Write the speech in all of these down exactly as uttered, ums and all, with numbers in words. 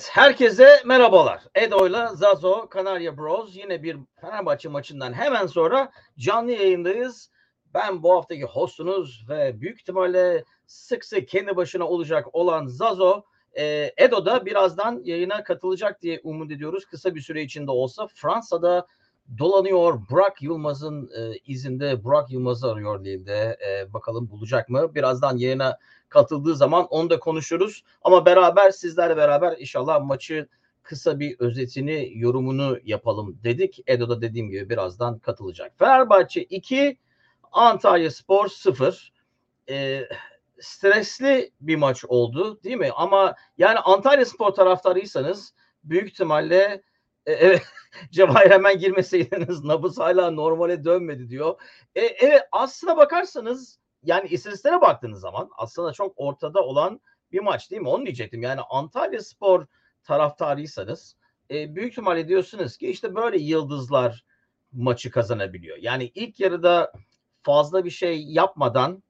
herkese merhabalar. Edo'yla Zazo, Kanarya Bros. Yine bir Fenerbahçe maçından hemen sonra canlı yayındayız. Ben bu haftaki hostunuz ve büyük ihtimalle sık sık kendi başına olacak olan Zazo. E, Edo da birazdan yayına katılacak diye umut ediyoruz. Kısa bir süre içinde olsa Fransa'da dolanıyor. Burak Yılmaz'ın e, izinde Burak Yılmaz'ı arıyor değil de e, bakalım bulacak mı? Birazdan yayına katıldığı zaman onu da konuşuruz. Ama beraber sizlerle beraber inşallah maçı kısa bir özetini, yorumunu yapalım dedik. Edo da dediğim gibi birazdan katılacak. Fenerbahçe iki, Antalyaspor sıfır. Ee, stresli bir maç oldu değil mi? Ama yani Antalyaspor taraftarıysanız büyük ihtimalle e, evet, Cevahir hemen girmeseydiniz nabız hala normale dönmedi diyor. E, evet aslına bakarsanız yani istatistiklere baktığınız zaman aslında çok ortada olan bir maç değil mi? Onu diyecektim. Yani Antalyaspor taraftarıysanız e, büyük ihtimalle diyorsunuz ki işte böyle yıldızlar maçı kazanabiliyor. Yani ilk yarıda fazla bir şey yapmadan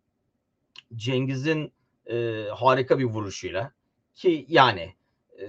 Cengiz'in e, harika bir vuruşuyla ki yani e,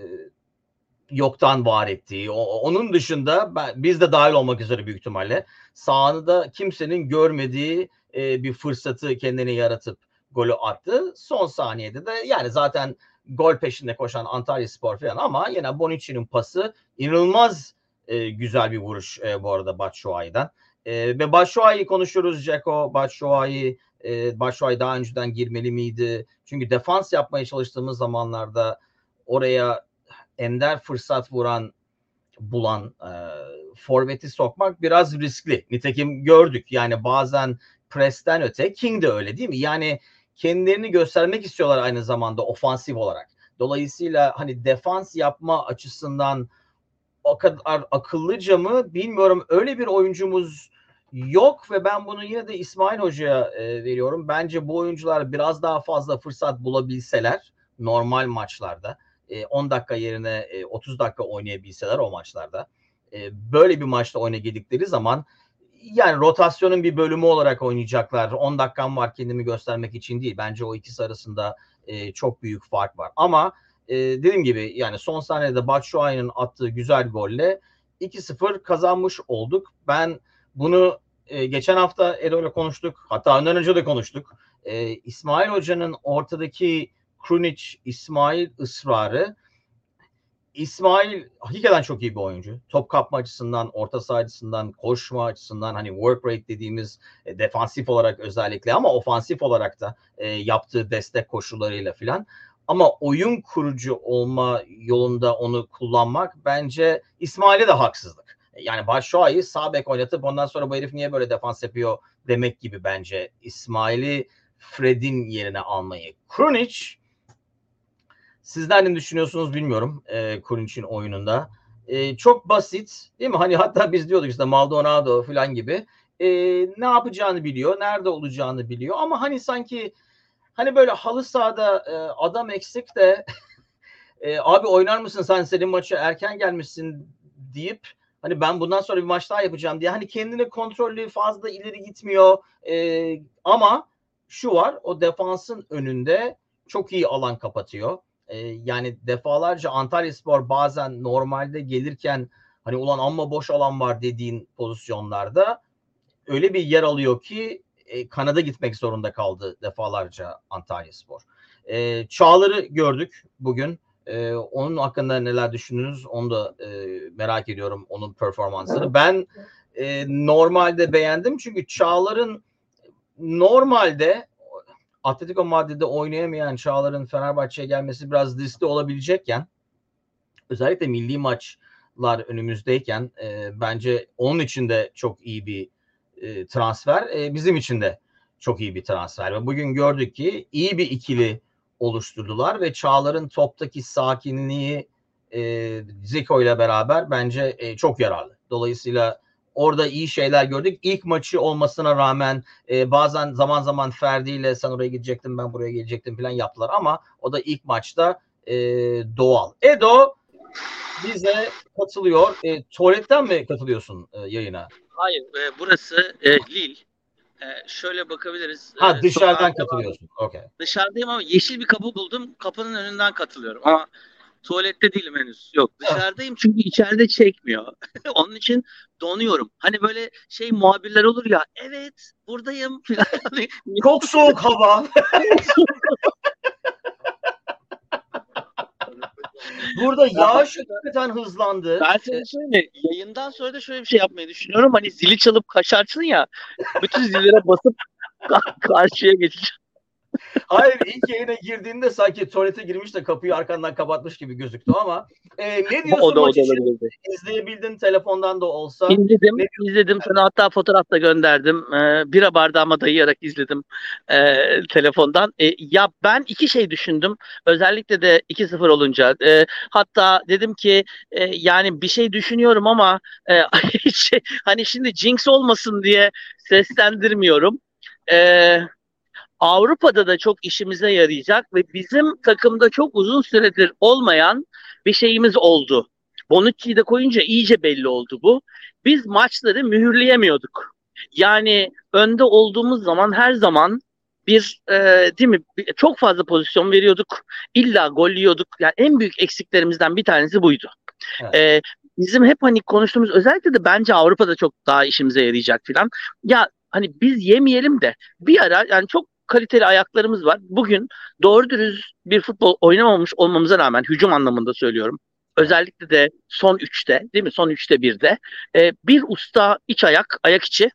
yoktan var ettiği o, onun dışında ben, biz de dahil olmak üzere büyük ihtimalle sahanada kimsenin görmediği e, bir fırsatı kendine yaratıp golü attı. Son saniyede de yani zaten gol peşinde koşan Antalyaspor falan ama yine Bonucci'nin pası inanılmaz e, güzel bir vuruş e, bu arada Batshuayi'den. E, ve Batshuayi'yi konuşuyoruz. Dzeko, Batshuayi e, Batshuayi daha önceden girmeli miydi? Çünkü defans yapmaya çalıştığımız zamanlarda oraya ender fırsat vuran bulan e, forveti sokmak biraz riskli. Nitekim gördük. Yani bazen presten öte King de öyle değil mi? Yani kendilerini göstermek istiyorlar aynı zamanda ofansif olarak. Dolayısıyla hani defans yapma açısından o kadar akıllıca mı bilmiyorum. Öyle bir oyuncumuz yok ve ben bunu yine de İsmail Hoca'ya e, veriyorum. Bence bu oyuncular biraz daha fazla fırsat bulabilseler normal maçlarda e, on dakika yerine e, otuz dakika oynayabilseler o maçlarda e, böyle bir maçta oynayabildikleri zaman yani rotasyonun bir bölümü olarak oynayacaklar. on dakikam var kendimi göstermek için değil. Bence o ikisi arasında e, çok büyük fark var. Ama e, dediğim gibi yani son saniyede Batshuayi'nin attığı güzel golle iki sıfır kazanmış olduk. Ben bunu e, geçen hafta Edo'yla konuştuk. Hatta ondan önce de konuştuk. E, İsmail Hoca'nın ortadaki Krunic, İsmail ısrarı. İsmail hakikaten çok iyi bir oyuncu. Top kapma açısından, orta saha açısından, koşma açısından hani work rate dediğimiz e, defansif olarak özellikle ama ofansif olarak da e, yaptığı destek koşullarıyla filan. Ama oyun kurucu olma yolunda onu kullanmak bence İsmail'e de haksızlık. Yani Batshuayi'yi sağ bek oynatıp ondan sonra bu herif niye böyle defans yapıyor demek gibi bence İsmail'i Fred'in yerine almayı. Krunic sizler ne düşünüyorsunuz bilmiyorum e, Krunic'in oyununda. E, çok basit değil mi? Hani hatta biz diyorduk işte Maldonado falan gibi. E, ne yapacağını biliyor, nerede olacağını biliyor ama hani sanki hani böyle halı sahada e, adam eksik de e, abi oynar mısın sen senin maçı erken gelmişsin deyip hani ben bundan sonra bir maç daha yapacağım diye hani kendini kontrollü fazla ileri gitmiyor e, ama şu var o defansın önünde çok iyi alan kapatıyor. E, yani defalarca Antalyaspor bazen normalde gelirken hani ulan amma boş alan var dediğin pozisyonlarda öyle bir yer alıyor ki e, kanada gitmek zorunda kaldı defalarca Antalyaspor. E, Çağlar'ı gördük bugün. E, onun hakkında neler düşündünüz? Onu da e, merak ediyorum onun performansını. Ben e, normalde beğendim çünkü Çağlar'ın normalde Atletico Madrid'de oynayamayan Çağlar'ın Fenerbahçe'ye gelmesi biraz riskli olabilecekken özellikle milli maçlar önümüzdeyken e, bence onun için de çok iyi bir e, transfer. E, bizim için de çok iyi bir transfer. Ve bugün gördük ki iyi bir ikili oluşturdular ve Çağlar'ın toptaki sakinliği e, Zico ile beraber bence e, çok yararlı. Dolayısıyla orada iyi şeyler gördük. İlk maçı olmasına rağmen e, bazen zaman zaman Ferdi ile sen oraya gidecektin ben buraya gelecektim falan yaptılar ama o da ilk maçta e, doğal. Edo bize katılıyor. E, tuvaletten mi katılıyorsun e, yayına? Hayır, e, burası e, Lille. E, şöyle bakabiliriz. Ha E, sokağa dışarıdan devam. katılıyorsun. Okay. Dışarıdayım ama yeşil bir kapı buldum. Kapının önünden katılıyorum. Ama Tuvalette değilim henüz. Yok, dışarıdayım çünkü içeride çekmiyor. Onun için donuyorum. Hani böyle şey muhabirler olur ya. Evet, buradayım falan. Hani Çok soğuk hava. Burada yağış hakikaten hızlandı. Ben sana söyleyeyim. Yayından sonra da şöyle bir şey yapmayı düşünüyorum. Hani zili çalıp kaçarsın ya. Bütün zillere basıp karşıya geçeceğim. Hayır, ilk yayına girdiğinde sanki tuvalete girmiş de kapıyı arkandan kapatmış gibi gözüktü ama e, ne diyorsun O da, maç o da için? olabilirdi. İzleyebildin telefondan da olsa. İzledim, Ne izledim. Sana hatta fotoğraf da gönderdim. Ee, bira bardağıma dayayarak izledim e, telefondan. E, ya ben iki şey düşündüm. Özellikle de iki sıfır olunca. E, hatta dedim ki e, yani bir şey düşünüyorum ama e, şey, hani şimdi jinx olmasın diye seslendirmiyorum. E, Avrupa'da da çok işimize yarayacak ve bizim takımda çok uzun süredir olmayan bir şeyimiz oldu. Bonucci'yi de koyunca iyice belli oldu bu. Biz maçları mühürleyemiyorduk. Yani önde olduğumuz zaman her zaman bir e, değil mi bir- çok fazla pozisyon veriyorduk. İlla gol yiyorduk. Yani en büyük eksiklerimizden bir tanesi buydu. Evet. E, bizim hep hani konuştuğumuz özellikle de bence Avrupa'da çok daha işimize yarayacak filan. Ya hani biz yemeyelim de bir ara yani çok kaliteli ayaklarımız var. Bugün doğru dürüst bir futbol oynamamış olmamıza rağmen hücum anlamında söylüyorum. Özellikle de son üçte değil mi? Son üçte birde e, bir usta iç ayak, ayak içi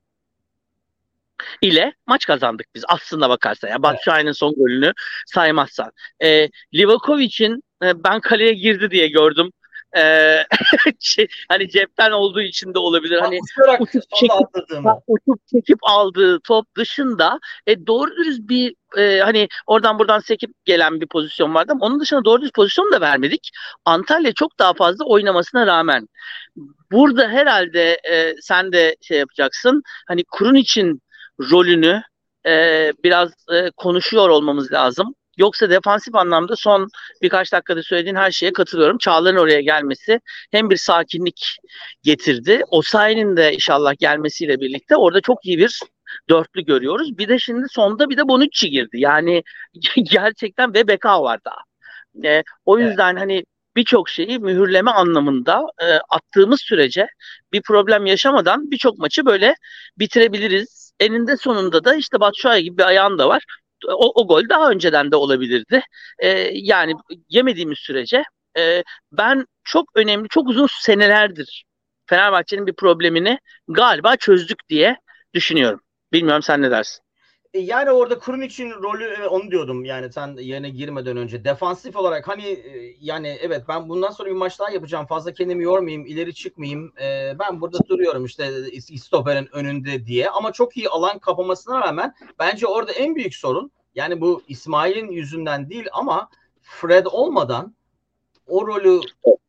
ile maç kazandık biz aslında bakarsan. Ya Batshuayi'nin son golünü saymazsan. E, Livakovic'in e, ben kaleye girdi diye gördüm. E, şey, hani cepten olduğu için de olabilir. Hani Uçarak uçup sonda çekip atladığımı. uçup çekip aldığı top dışında e, doğru dürüst bir e, hani oradan buradan sekip gelen bir pozisyon vardı ama onun dışında doğru dürüst pozisyon da vermedik. Antalya çok daha fazla oynamasına rağmen burada herhalde e, sen de şey yapacaksın. Hani kurun için rolünü e, biraz e, konuşuyor olmamız lazım. Yoksa defansif anlamda son birkaç dakikada söylediğin her şeye katılıyorum. Çağlar'ın oraya gelmesi hem bir sakinlik getirdi. Osayi'nin de inşallah gelmesiyle birlikte orada çok iyi bir dörtlü görüyoruz. Bir de şimdi sonda bir de Bonucci girdi. Yani gerçekten ve Beka var daha. E, o Evet. yüzden hani birçok şeyi mühürleme anlamında e, attığımız sürece bir problem yaşamadan birçok maçı böyle bitirebiliriz. Eninde sonunda da işte Batshuayi gibi bir ayağın da var. O, o gol daha önceden de olabilirdi. E, yani yemediğimiz sürece e, ben çok önemli, çok uzun senelerdir Fenerbahçe'nin bir problemini galiba çözdük diye düşünüyorum. Bilmiyorum sen ne dersin? E, Yani orada kurun için rolü evet, onu diyordum yani sen yerine girmeden önce defansif olarak hani e, yani evet ben bundan sonra bir maç daha yapacağım fazla kendimi yormayayım ileri çıkmayayım e, ben burada duruyorum işte stoperin önünde diye ama çok iyi alan kapamasına rağmen bence orada en büyük sorun yani bu İsmail'in yüzünden değil ama Fred olmadan o rolü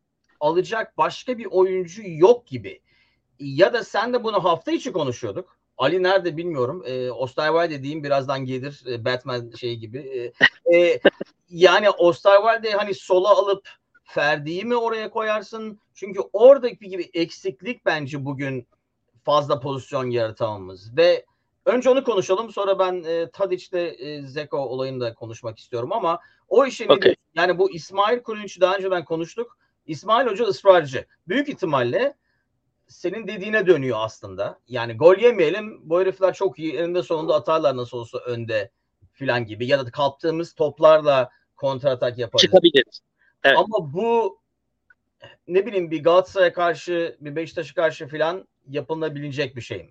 alacak başka bir oyuncu yok gibi. Ya da sen de bunu hafta içi konuşuyorduk. Ali nerede bilmiyorum. E, Osterwalde diyeyim birazdan gelir e, Batman şey gibi. E, e, yani Osterwalde hani sola alıp Ferdi'yi mi oraya koyarsın? Çünkü oradaki gibi eksiklik bence bugün fazla pozisyon yaratamamız. Ve önce onu konuşalım. Sonra ben e, Tadic'le e, Zeko olayını da konuşmak istiyorum ama o işe ne Okay. diyorsun? Yani bu İsmail Kulüncü daha önceden konuştuk. İsmail Hoca ısrarcı. Büyük ihtimalle senin dediğine dönüyor aslında. Yani gol yemeyelim. Bu herifler çok iyi. Eninde sonunda atarlar nasıl olsa önde filan gibi. Ya da kaptığımız toplarla kontratak yaparız. Çıkabiliriz. Evet. Ama bu ne bileyim bir Galatasaray'a karşı bir Beşiktaş'a karşı filan yapılabilecek bir şey mi?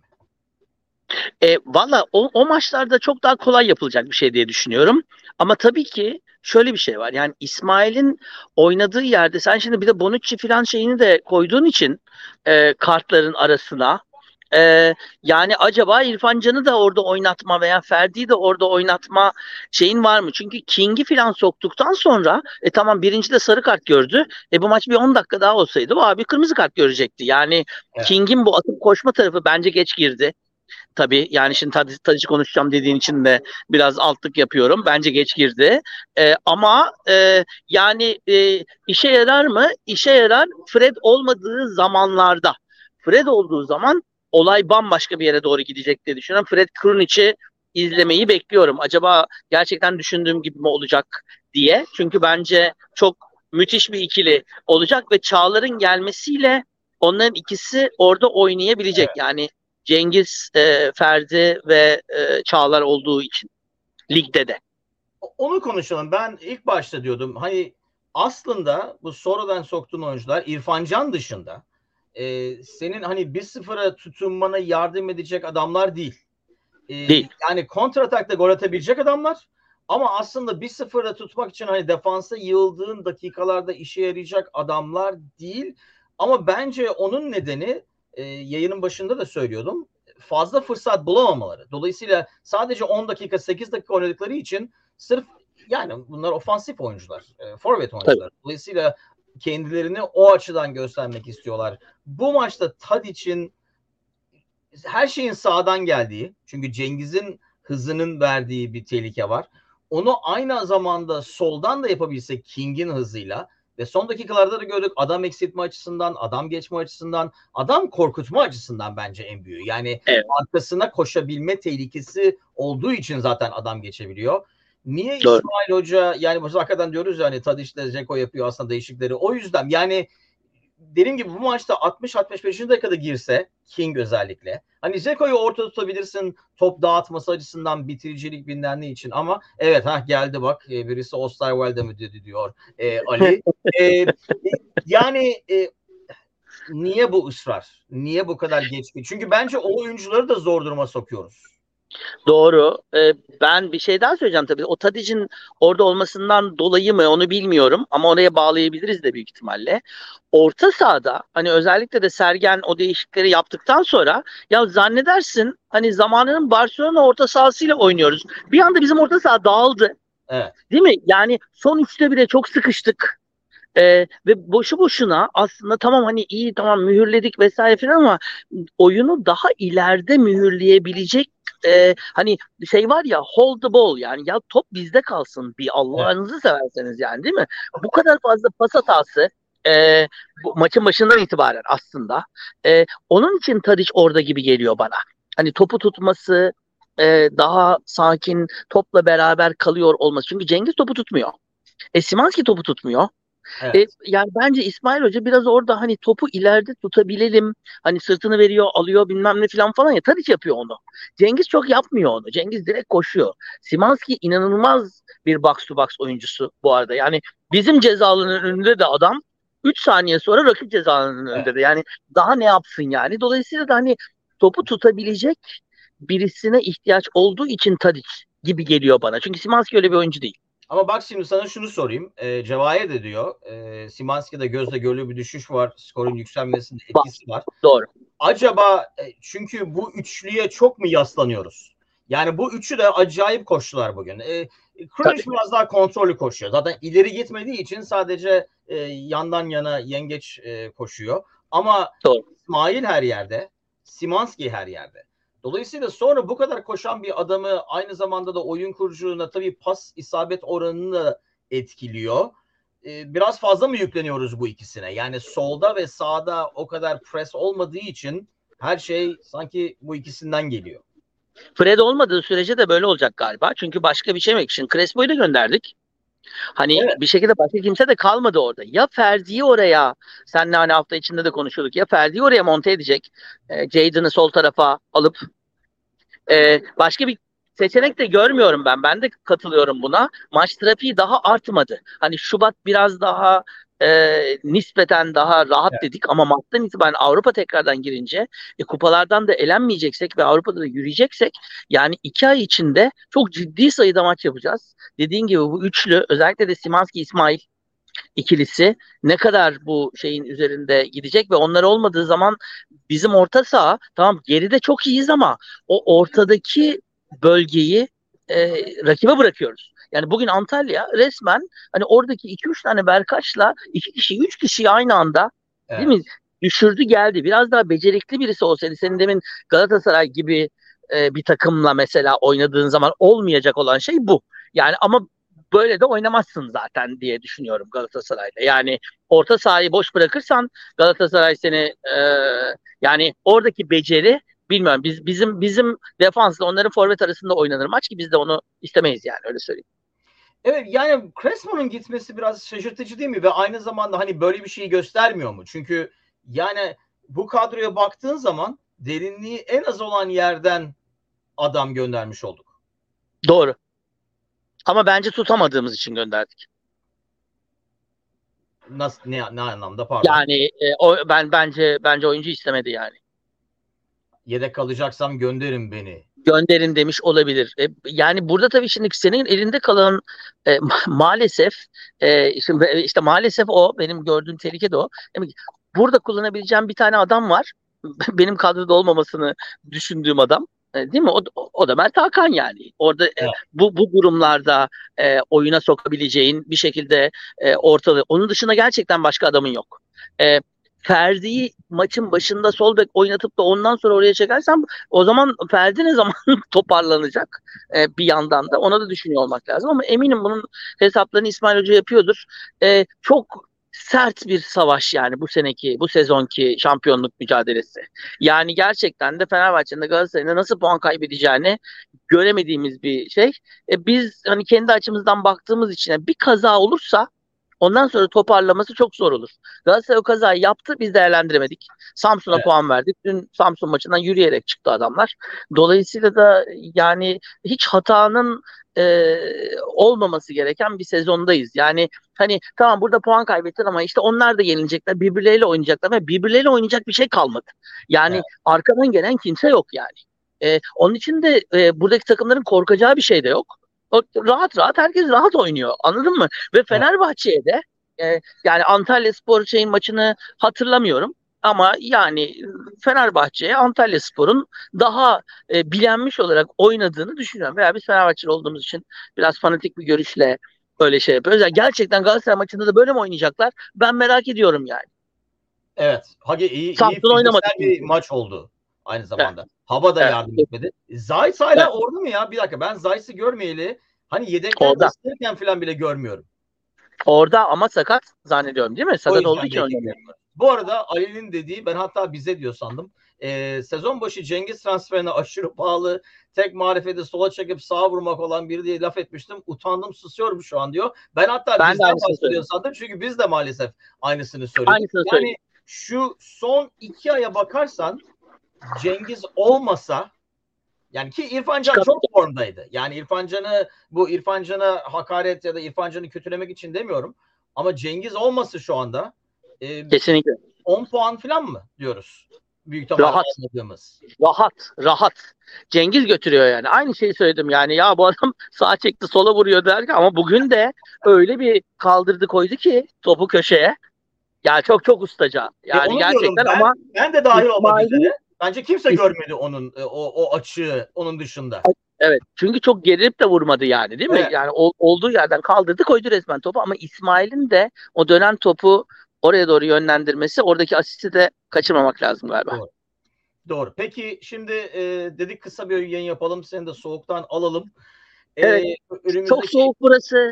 E, Valla o, o maçlarda çok daha kolay yapılacak bir şey diye düşünüyorum. Ama tabii ki şöyle bir şey var. Yani İsmail'in oynadığı yerde sen şimdi bir de Bonucci falan şeyini de koyduğun için e, kartların arasına e, yani acaba İrfan Can'ı da orada oynatma veya Ferdi'yi de orada oynatma şeyin var mı? Çünkü King'i falan soktuktan sonra e tamam birinci de sarı kart gördü. E bu maç bir on dakika daha olsaydı o abi kırmızı kart görecekti. Yani Evet. King'in bu atıp koşma tarafı bence geç girdi. Tabii yani şimdi Tadic, Tadic konuşacağım dediğin için de biraz altlık yapıyorum. Bence geç girdi. Ee, ama e, yani e, işe yarar mı? İşe yarar Fred olmadığı zamanlarda. Fred olduğu zaman olay bambaşka bir yere doğru gidecek diye düşünüyorum. Fred Krunić'i izlemeyi bekliyorum. Acaba gerçekten düşündüğüm gibi mi olacak diye. Çünkü bence çok müthiş bir ikili olacak ve Çağlar'ın gelmesiyle onların ikisi orada oynayabilecek. Evet. Yani Cengiz, e, Ferdi ve e, Çağlar olduğu için ligde de. Onu konuşalım. Ben ilk başta diyordum hani aslında bu sonradan soktuğun oyuncular İrfan Can dışında e, senin hani bir sıfıra tutunmana yardım edecek adamlar değil. E, Değil. Yani kontratakta gol atabilecek adamlar ama aslında bir sıfıra tutmak için hani defansa yığıldığın dakikalarda işe yarayacak adamlar değil. Ama bence onun nedeni e, yayının başında da söylüyordum. Fazla fırsat bulamamaları. Dolayısıyla sadece on dakika sekiz dakika oynadıkları için sırf yani bunlar ofansif oyuncular. E, forvet oyuncular. Tabii. Dolayısıyla kendilerini o açıdan göstermek istiyorlar. Bu maçta Tadic'in her şeyin sağdan geldiği, çünkü Cengiz'in hızının verdiği bir tehlike var. Onu aynı zamanda soldan da yapabilsek King'in hızıyla ve son dakikalarda da gördük adam eksiltme açısından, adam geçme açısından, adam korkutma açısından bence en büyüğü. Yani Evet. arkasına koşabilme tehlikesi olduğu için zaten adam geçebiliyor. Niye Doğru. İsmail Hoca yani bu hakikaten diyoruz ya hani Tadiç'le Dzeko yapıyor aslında değişikleri. O yüzden yani dediğim gibi bu maçta altmış altmış beşinci dakikada girse King özellikle. Hani Zeko'yu ortada tutabilirsin top dağıtması açısından bitiricilik bilmem ne için ama evet ha geldi bak e, birisi Osterwelde mi dedi diyor e, Ali. E, yani e, niye bu ısrar? Niye bu kadar geç? Çünkü bence o oyuncuları da zor duruma sokuyoruz. Doğru. Ee, ben bir şey daha söyleyeceğim tabii. O Tadic'in orada olmasından dolayı mı onu bilmiyorum ama oraya bağlayabiliriz de büyük ihtimalle. Orta sahada hani özellikle de Sergen o değişiklikleri yaptıktan sonra ya zannedersin hani zamanının Barcelona orta sahasıyla oynuyoruz. Bir anda bizim orta saha dağıldı. Evet. Değil mi? Yani son üçte bile çok sıkıştık. Ee, ve boşu boşuna aslında tamam hani iyi tamam mühürledik vesaire falan ama oyunu daha ileride mühürleyebilecek e, hani şey var ya hold the ball yani ya top bizde kalsın bir Evet. Allah'ınızı severseniz yani değil mi? Bu kadar fazla pas hatası e, bu maçın başından itibaren aslında e, onun için Tadic orada gibi geliyor bana. Hani topu tutması e, daha sakin topla beraber kalıyor olması. Çünkü Cengiz topu tutmuyor. E, Szymański topu tutmuyor. E, Evet. yani bence İsmail Hoca biraz orada hani topu ileride tutabilelim. Hani sırtını veriyor, alıyor bilmem ne falan falan ya. Tadiç yapıyor onu. Cengiz çok yapmıyor onu. Cengiz direkt koşuyor. Szymański inanılmaz bir box to box oyuncusu bu arada. Yani bizim ceza alanının önünde de adam üç saniye sonra rakip ceza alanının Evet. önünde de. Yani daha ne yapsın yani. Dolayısıyla da hani topu tutabilecek birisine ihtiyaç olduğu için Tadiç gibi geliyor bana. Çünkü Szymański öyle bir oyuncu değil. Ama bak şimdi sana şunu sorayım. E, Cevahir de diyor. E, Szymański'de gözle görülür bir düşüş var. Skorun yükselmesinde Bak, etkisi var. doğru. Acaba e, çünkü bu üçlüye çok mu yaslanıyoruz? Yani bu üçü de acayip koştular bugün. E, Tabii. Krunic biraz daha kontrollü koşuyor. Zaten ileri gitmediği için sadece e, yandan yana yengeç e, koşuyor. Ama Doğru. İsmail her yerde. Szymański her yerde. Dolayısıyla sonra bu kadar koşan bir adamı aynı zamanda da oyun kuruculuğuna tabii pas isabet oranını da etkiliyor. Ee, biraz fazla mı yükleniyoruz bu ikisine? Yani solda ve sağda o kadar pres olmadığı için her şey sanki bu ikisinden geliyor. Fred olmadığı sürece de böyle olacak galiba. Çünkü başka bir şey mi? Şimdi Crespo'yu da gönderdik. Hani Evet. bir şekilde başka kimse de kalmadı orada. Ya Ferdi'yi oraya, senle hani hafta içinde de konuşuyorduk. Ya Ferdi'yi oraya monte edecek. E, Jadon'ı sol tarafa alıp e, başka bir seçenek de görmüyorum ben. Ben de katılıyorum buna. Maç trafiği daha artmadı. Hani Şubat biraz daha e, nispeten daha rahat Evet. dedik ama Mart'tan itibaren Avrupa tekrardan girince e, kupalardan da elenmeyeceksek ve Avrupa'da da yürüyeceksek yani iki ay içinde çok ciddi sayıda maç yapacağız. Dediğin gibi bu üçlü özellikle de Szymański İsmail ikilisi ne kadar bu şeyin üzerinde gidecek ve onlar olmadığı zaman bizim orta saha tamam geride çok iyiyiz ama o ortadaki bölgeyi e, rakibe bırakıyoruz. Yani bugün Antalya resmen hani oradaki iki üç tane Berkaç'la iki kişi üç kişiyi aynı anda değil mi Evet. düşürdü geldi. Biraz daha becerikli birisi olsaydı senin demin Galatasaray gibi e, bir takımla mesela oynadığın zaman olmayacak olan şey bu. Yani ama böyle de oynamazsın zaten diye düşünüyorum Galatasaray'da. Yani orta sahayı boş bırakırsan Galatasaray seni e, yani oradaki beceri bilmiyorum biz bizim bizim defansla onların forvet arasında oynanır maç ki biz de onu istemeyiz yani öyle söyleyeyim. Evet, yani Crespo'nun gitmesi biraz şaşırtıcı değil mi? Ve aynı zamanda hani böyle bir şeyi göstermiyor mu? Çünkü yani bu kadroya baktığın zaman derinliği en az olan yerden adam göndermiş olduk. Doğru. Ama bence tutamadığımız için gönderdik. Nasıl, ne, ne anlamda pardon? Yani e, o, ben bence bence oyuncu istemedi yani. Yedek kalacaksam gönderin beni. Gönderin demiş olabilir. E, yani burada tabii şimdi senin elinde kalan e, ma- maalesef e, şimdi, e, işte maalesef o benim gördüğüm tehlike de o. Demek ki burada kullanabileceğim bir tane adam var. Benim kadroda olmamasını düşündüğüm adam. E, değil mi? O, o, o da Mert Hakan yani. Orada e, Evet. bu bu durumlarda e, oyuna sokabileceğin bir şekilde e, ortalığı. Onun dışında gerçekten başka adamın yok. E, Ferdi'yi maçın başında sol bek oynatıp da ondan sonra oraya çekersen o zaman Ferdi ne zaman toparlanacak e, bir yandan da ona da düşünüyor olmak lazım ama eminim bunun hesaplarını İsmail Hoca yapıyordur. E, çok sert bir savaş yani bu seneki, bu sezonki şampiyonluk mücadelesi. Yani gerçekten de Fenerbahçe'nin de Galatasaray'ın da nasıl puan kaybedeceğini göremediğimiz bir şey. E, biz hani kendi açımızdan baktığımız için yani bir kaza olursa ondan sonra toparlaması çok zor olur. Galatasaray o kazayı yaptı, biz değerlendiremedik. Samsun'a Evet. puan verdik. Dün Samsun maçından yürüyerek çıktı adamlar. Dolayısıyla da yani hiç hatanın e, olmaması gereken bir sezondayız. Yani hani tamam burada puan kaybettin ama işte onlar da yenilecekler, birbirleriyle oynayacaklar ve birbirleriyle oynayacak bir şey kalmadı. Yani Evet. arkadan gelen kimse yok yani. E, onun için de e, buradaki takımların korkacağı bir şey de yok. O, rahat rahat herkes rahat oynuyor. Anladın mı? Ve Evet. Fenerbahçe'ye de e, yani Antalyaspor şeyin maçını hatırlamıyorum ama yani Fenerbahçe'ye Antalyaspor'un daha e, bilenmiş olarak oynadığını düşünüyorum. Veya biz Fenerbahçeli olduğumuz için biraz fanatik bir görüşle öyle şey yapıyoruz. Yani gerçekten Galatasaray maçında da böyle mi oynayacaklar? Ben merak ediyorum yani. Evet. Hagi iyi, iyi Samsun oynamadı fiziksel bir çünkü. maç oldu aynı Evet, zamanda. Hava da evet, yardım etmedi. Zayt hala evet. orada mı ya? Bir dakika, ben Zayt'ı görmeyeli hani yedekten Orada. ısınırken falan bile görmüyorum. Orada ama sakat zannediyorum değil mi? O Sakat olduğu yüzden için belki oynamıyor. görmüyorum. Bu arada Ali'nin dediği, ben hatta bize diyor sandım. Ee, sezon başı Cengiz transferine aşırı pahalı, tek marifeti sola çekip sağa vurmak olan biri diye laf etmiştim. Utandım, susuyorum şu an diyor. Ben hatta Ben de bizden aynısını bahsediyor söyledim. sandım. Çünkü biz de maalesef aynısını söyledik. Aynısını Yani söyledim. şu son iki aya bakarsan Cengiz olmasa, yani ki İrfan Can çok Çıkamayacak. formdaydı. Yani İrfan Can'ı, bu İrfan Can'a hakaret ya da İrfan Can'ı kötülemek için demiyorum. Ama Cengiz olması şu anda e, Kesinlikle. on puan falan mı diyoruz? Büyük ihtimalle Rahat. almadığımız. Rahat, rahat. Cengiz götürüyor yani. Aynı şeyi söyledim yani. Ya bu adam sağa çekti, sola vuruyor derken ama bugün de öyle bir kaldırdı koydu ki topu köşeye. Yani çok çok ustaca. E Yani onu diyorum gerçekten ben. ama Ben de dahil olmak İsmail'i üzere. Bence kimse İs- görmedi onun e, o, o açığı onun dışında. evet. Çünkü çok gerilip de vurmadı yani değil mi? Evet. Yani ol- olduğu yerden kaldırdı koydu resmen topu ama İsmail'in de o dönen topu oraya doğru yönlendirmesi, oradaki asisti de kaçırmamak lazım galiba. Doğru. Doğru. Peki şimdi e, dedik kısa bir yayın yapalım. Seni de soğuktan alalım. E, Evet. Çok önümüzdeki soğuk burası.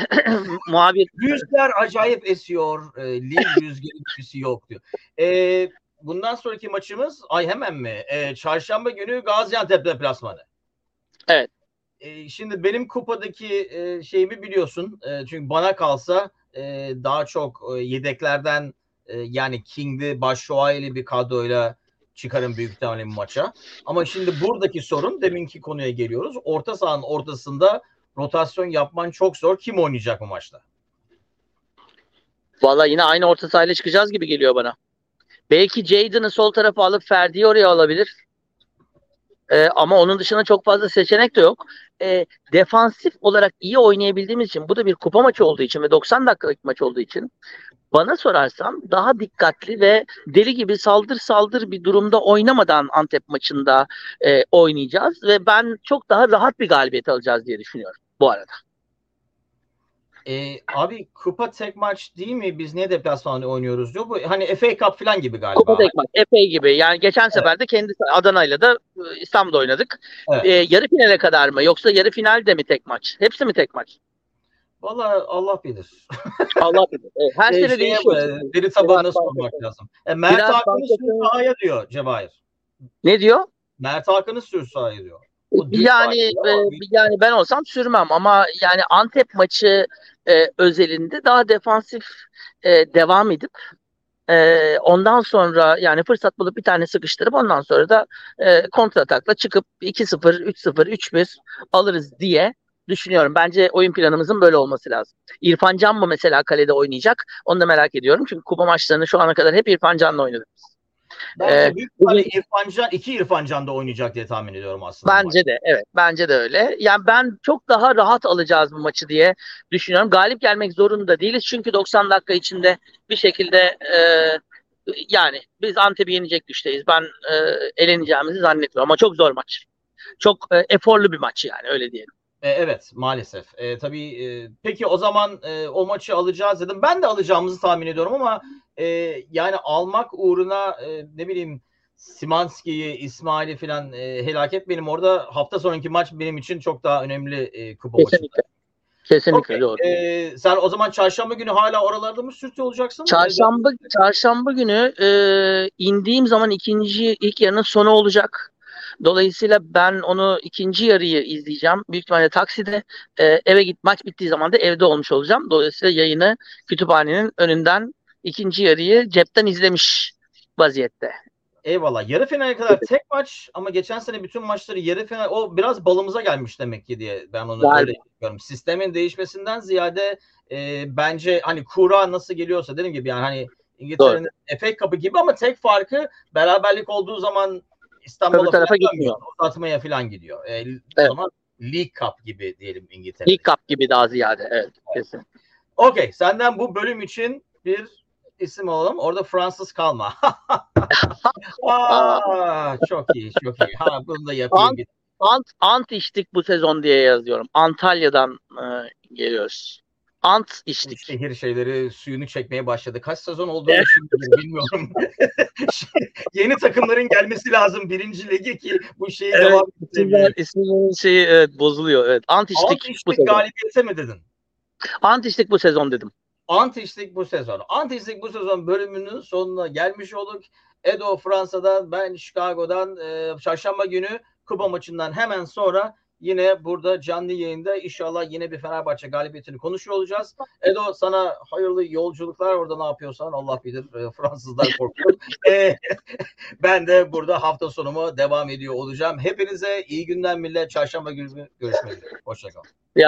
Muhabir. rüzgar acayip esiyor. E, Lille rüzgarı gibisi yok diyor. E, bundan sonraki maçımız ay hemen mi? E, çarşamba günü Gaziantep deplasmanı. Evet. E, şimdi benim kupadaki e, şeyimi biliyorsun. E, çünkü bana kalsa e, daha çok e, yedeklerden e, yani King'li, Başşuay'li bir kadroyla çıkarım büyük ihtimalle bir maça. Ama şimdi buradaki sorun, deminki konuya geliyoruz. Orta sahanın ortasında rotasyon yapman çok zor. Kim oynayacak bu maçta? Valla yine aynı orta sahayla çıkacağız gibi geliyor bana. Belki Jadon'ı sol tarafa alıp Ferdi'yi oraya alabilir. Ee, ama onun dışında çok fazla seçenek de yok. Ee, defansif olarak iyi oynayabildiğimiz için bu da bir kupa maçı olduğu için ve doksan dakikalık maç olduğu için bana sorarsan daha dikkatli ve deli gibi saldır saldır bir durumda oynamadan Antep maçında e, oynayacağız ve ben çok daha rahat bir galibiyet alacağız diye düşünüyorum bu arada. E, abi kupa tek maç değil mi? Biz niye deplasmanda oynuyoruz diyor. Bu hani F A Cup falan gibi Kupa galiba. tek maç. Epey gibi. Yani geçen Evet. sefer de kendi Adana'yla da e, İstanbul'da oynadık. Evet. Ee, yarı finale kadar mı yoksa yarı finalde mi tek maç? Hepsi mi tek maç? Vallahi Allah bilir. Allah bilir. Evet, her E, sene şeye değişiyor e, çünkü. veri Biraz tabanına sormak bankası. lazım. E, Mert Biraz Hakan'ı sür bankası. sahaya diyor Cevahir. Ne diyor? Mert Hakan'ı sür sahaya diyor. O dün Yani vardı e, ama yani ben olsam sürmem ama yani Antep maçı e, özelinde daha defansif e, devam edip e, ondan sonra yani fırsat bulup bir tane sıkıştırıp ondan sonra da e, kontratakla çıkıp iki sıfır, üç sıfır, üç bir alırız diye düşünüyorum. Bence oyun planımızın böyle olması lazım. İrfan Can mı mesela kalede oynayacak? Onu da merak ediyorum. Çünkü kupa maçlarını şu ana kadar hep İrfan Can'la oynadık. E, bence büyük ihtimalle bugün İrfan Can, iki İrfan Can da oynayacak diye tahmin ediyorum aslında bu maç. Bence de evet bence de öyle. Yani ben çok daha rahat alacağız bu maçı diye düşünüyorum. Galip gelmek zorunda değiliz çünkü doksan dakika içinde bir şekilde e, yani biz Antep'i yenecek güçteyiz. Ben e, eleneceğimizi zannetmiyorum ama çok zor maç. Çok e, eforlu bir maç yani öyle diyelim. E, evet maalesef. E, tabii e, peki o zaman e, o maçı alacağız dedim. Ben de alacağımızı tahmin ediyorum ama e, yani almak uğruna e, ne bileyim Simanski'yi, İsmail'i falan e, helak etmeyelim. Orada hafta sonraki maç benim için çok daha önemli e, kupa maçında. Kesinlikle. Kesinlikle Okey. doğru. E, sen o zaman çarşamba günü hala oralarda mı sürtüyor olacaksın? E, Çarşamba çarşamba günü e, indiğim zaman ikinci ilk yarının sonu olacak. Dolayısıyla ben onu ikinci yarıyı izleyeceğim. Büyük ihtimalle takside e, eve git maç bittiği zaman da evde olmuş olacağım. Dolayısıyla yayını kütüphanenin önünden ikinci yarıyı cepten izlemiş vaziyette. Eyvallah. Yarı finale kadar tek maç ama geçen sene bütün maçları yarı final o biraz balımıza gelmiş demek ki diye ben onu Galiba. öyle düşünüyorum. Sistemin değişmesinden ziyade e, bence hani kura nasıl geliyorsa dediğim gibi yani hani İngiltere'nin F A Cup'ı gibi ama tek farkı beraberlik olduğu zaman İstanbul'a Öbür falan tarafa dönmüyor. gitmiyor. Uzatmaya falan gidiyor. E, o Evet. zaman League Cup gibi diyelim İngiltere'de. League Cup gibi daha ziyade. Evet. Kesin. Okey. Senden bu bölüm için bir isim alalım. Orada Fransız kalma. Aa, çok iyi, çok iyi. Ha, bunu da yapayım. Ant, ant, ant içtik bu sezon diye yazıyorum. Antalya'dan e, geliyoruz. Ant Bu içtik. şehir şeyleri suyunu çekmeye başladı. Kaç sezon olduğunu şimdi bilmiyorum. Yeni takımların gelmesi lazım birinci ligi ki bu şeyi Evet, devam isimler, ettirebilelim. isimlerin şeyi evet, bozuluyor. Evet. Ant Ant içtik bu içtik sezon. galibiyete mi dedin? Ant içtik bu sezon dedim. Ant içtik bu sezon. Ant içtik bu sezon bölümünün sonuna gelmiş olduk. Edo Fransa'dan, ben Chicago'dan e, çarşamba günü Kupa maçından hemen sonra yine burada canlı yayında inşallah yine bir Fenerbahçe galibiyetini konuşuyor olacağız. Edo sana hayırlı yolculuklar. Orada ne yapıyorsan Allah bilir. E, Fransızlar korkuyor. e, ben de burada hafta sonumu devam ediyor olacağım. Hepinize iyi günler millet. Çarşamba günü görüşmek üzere. Hoşçakalın.